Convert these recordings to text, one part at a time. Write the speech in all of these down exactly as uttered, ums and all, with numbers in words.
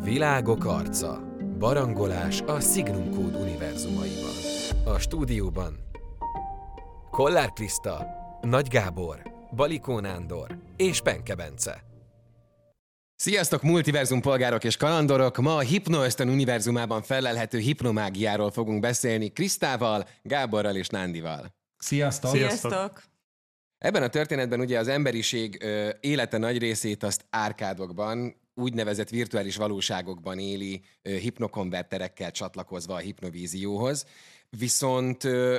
Világok arca. Barangolás a Signum Code univerzumaiban. A stúdióban Kollár Kriszta, Nagy Gábor, Balikó Nándor és Penke Bence. Sziasztok, multiverzum polgárok és kalandorok! Ma a Hipnoösztön univerzumában felelhető hipnomágiáról fogunk beszélni Krisztával, Gáborral és Nándival. Sziasztok! Sziasztok! Ebben a történetben ugye az emberiség ö, élete nagy részét azt árkádokban, úgynevezett virtuális valóságokban éli ö, hipnokonverterekkel csatlakozva a hipnovízióhoz. Viszont ö,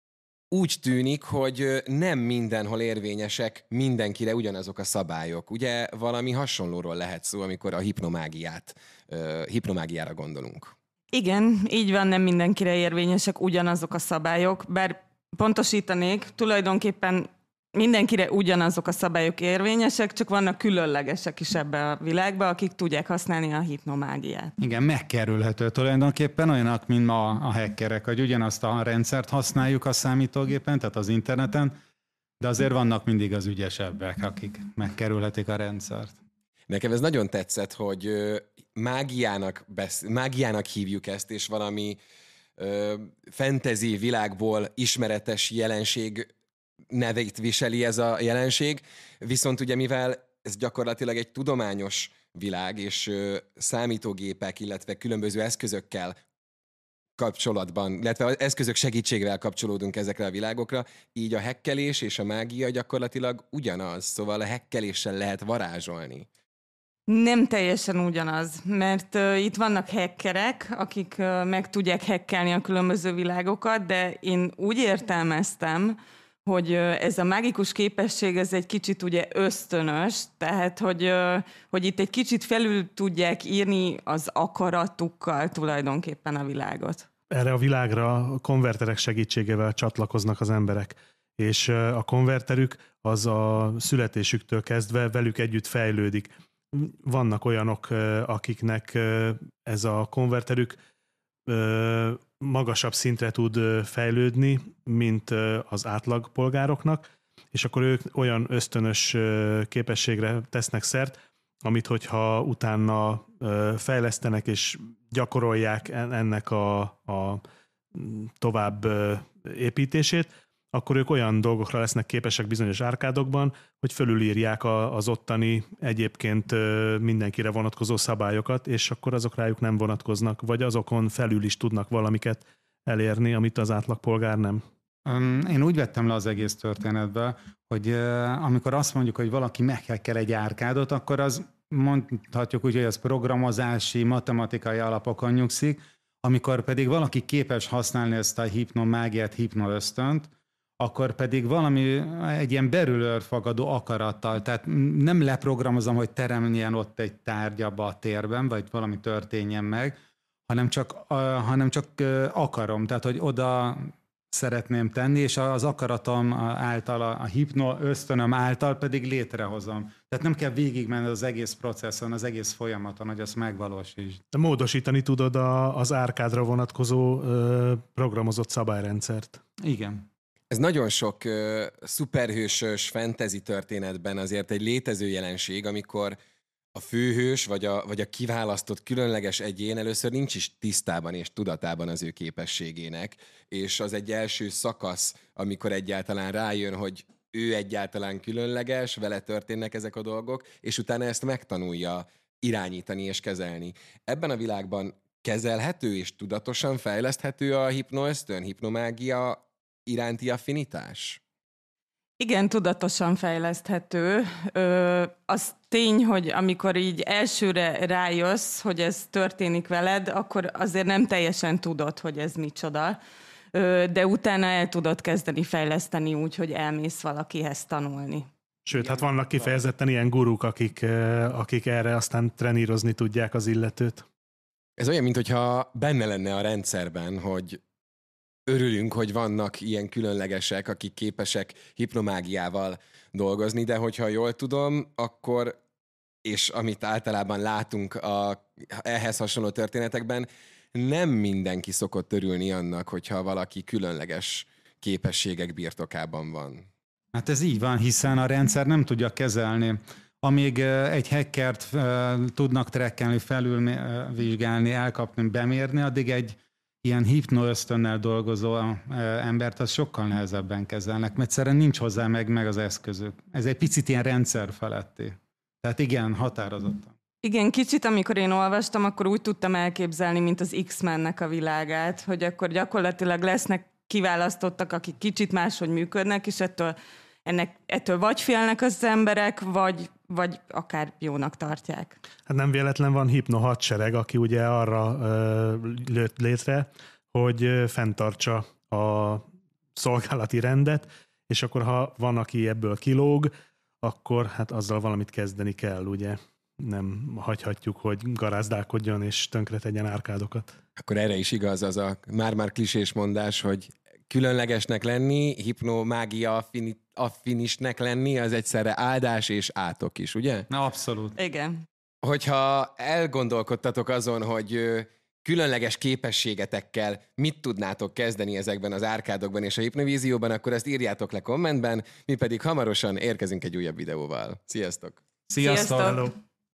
úgy tűnik, hogy nem mindenhol érvényesek mindenkire ugyanazok a szabályok. Ugye valami hasonlóról lehet szó, amikor a hipnomágiát, ö, hipnomágiára gondolunk. Igen, így van, nem mindenkire érvényesek ugyanazok a szabályok, bár pontosítanék, tulajdonképpen mindenkire ugyanazok a szabályok érvényesek, csak vannak különlegesek is ebbe a világba, akik tudják használni a hipnomágiát. Igen, megkerülhető tulajdonképpen olyanok, mint ma a hackerek, hogy ugyanazt a rendszert használjuk a számítógépen, tehát az interneten, de azért vannak mindig az ügyesebbek, akik megkerülhetik a rendszert. Nekem ez nagyon tetszett, hogy ö, mágiának, besz- mágiának hívjuk ezt, és valami ö, fantasy világból ismeretes jelenség nevét viseli ez a jelenség, viszont ugye mivel ez gyakorlatilag egy tudományos világ, és ö, számítógépek, illetve különböző eszközökkel kapcsolatban, illetve az eszközök segítségével kapcsolódunk ezekre a világokra, így a hekkelés és a mágia gyakorlatilag ugyanaz, szóval a hekkeléssel lehet varázsolni. Nem teljesen ugyanaz, mert uh, itt vannak hackerek, akik uh, meg tudják hackelni a különböző világokat, de én úgy értelmeztem, hogy ez a mágikus képesség, ez egy kicsit ugye ösztönös, tehát hogy, hogy itt egy kicsit felül tudják írni az akaratukkal tulajdonképpen a világot. Erre a világra konverterek segítségével csatlakoznak az emberek, és a konverterük az a születésüktől kezdve velük együtt fejlődik. Vannak olyanok, akiknek ez a konverterük magasabb szintre tud fejlődni, mint az átlag polgároknak, és akkor ők olyan ösztönös képességre tesznek szert, amit hogyha utána fejlesztenek és gyakorolják ennek a, a tovább építését, akkor ők olyan dolgokra lesznek képesek bizonyos árkádokban, hogy fölülírják az ottani egyébként mindenkire vonatkozó szabályokat, és akkor azok rájuk nem vonatkoznak, vagy azokon felül is tudnak valamiket elérni, amit az átlagpolgár nem. Én úgy vettem le az egész történetbe, hogy amikor azt mondjuk, hogy valaki meghekkel egy árkádot, akkor az mondhatjuk úgy, hogy az programozási, matematikai alapokon nyugszik, amikor pedig valaki képes használni ezt a hipnomágiát, hipnoösztönt, akkor pedig valami egy ilyen belülről fakadó akarattal, tehát nem leprogramozom, hogy teremjen ott egy tárgy abba a térben, vagy valami történjen meg, hanem csak, uh, hanem csak uh, akarom, tehát hogy oda szeretném tenni, és az akaratom által, a hipno ösztönöm által pedig létrehozom. Tehát nem kell végigmenni az egész processon, az egész folyamaton, hogy azt megvalósítsd. De módosítani tudod a, az árkádra vonatkozó ö, programozott szabályrendszert. Igen. Ez nagyon sok uh, szuperhősös fantasy történetben azért egy létező jelenség, amikor a főhős vagy a, vagy a kiválasztott különleges egyén először nincs is tisztában és tudatában az ő képességének, és az egy első szakasz, amikor egyáltalán rájön, hogy ő egyáltalán különleges, vele történnek ezek a dolgok, és utána ezt megtanulja irányítani és kezelni. Ebben a világban kezelhető és tudatosan fejleszthető a hipnoösztön, hipnomágia iránti affinitás? Igen, tudatosan fejleszthető. Ö, az tény, hogy amikor így elsőre rájössz, hogy ez történik veled, akkor azért nem teljesen tudod, hogy ez micsoda, Ö, de utána el tudod kezdeni fejleszteni úgy, hogy elmész valakihez tanulni. Sőt, hát vannak kifejezetten ilyen guruk, akik, akik erre aztán trenírozni tudják az illetőt. Ez olyan, mintha benne lenne a rendszerben, hogy örülünk, hogy vannak ilyen különlegesek, akik képesek hipnomágiával dolgozni, de hogyha jól tudom, akkor, és amit általában látunk a, ehhez hasonló történetekben, nem mindenki szokott örülni annak, hogyha valaki különleges képességek birtokában van. Hát ez így van, hiszen a rendszer nem tudja kezelni amíg egy hackert tudnak trekkelni, felülvizsgálni, elkapni, bemérni, addig egy ilyen hipnoösztönnel dolgozó embert az sokkal nehezebben kezelnek, mert egyszerűen nincs hozzá meg, meg az eszközök. Ez egy picit ilyen rendszer feletti. Tehát igen, határozottan. Igen, kicsit amikor én olvastam, akkor úgy tudtam elképzelni, mint az X-mennek a világát, hogy akkor gyakorlatilag lesznek kiválasztottak, akik kicsit máshogy működnek, és ettől, ennek, ettől vagy félnek az emberek, vagy, vagy akár jónak tartják. Hát nem véletlen van hipno hadsereg, aki ugye arra ö, lőtt létre, hogy ö, fenntartsa a szolgálati rendet, és akkor ha van, aki ebből kilóg, akkor hát azzal valamit kezdeni kell, ugye? Nem hagyhatjuk, hogy garázdálkodjon és tönkretegyen árkádokat. Akkor erre is igaz az a már-már klisés mondás, hogy különlegesnek lenni, hipnomágia affinisnek lenni, az egyszerre áldás és átok is, ugye? Na, abszolút. Igen. Hogyha elgondolkodtatok azon, hogy különleges képességetekkel mit tudnátok kezdeni ezekben az árkádokban és a hipnovízióban, akkor ezt írjátok le kommentben, mi pedig hamarosan érkezünk egy újabb videóval. Sziasztok! Sziasztok! Sziasztok!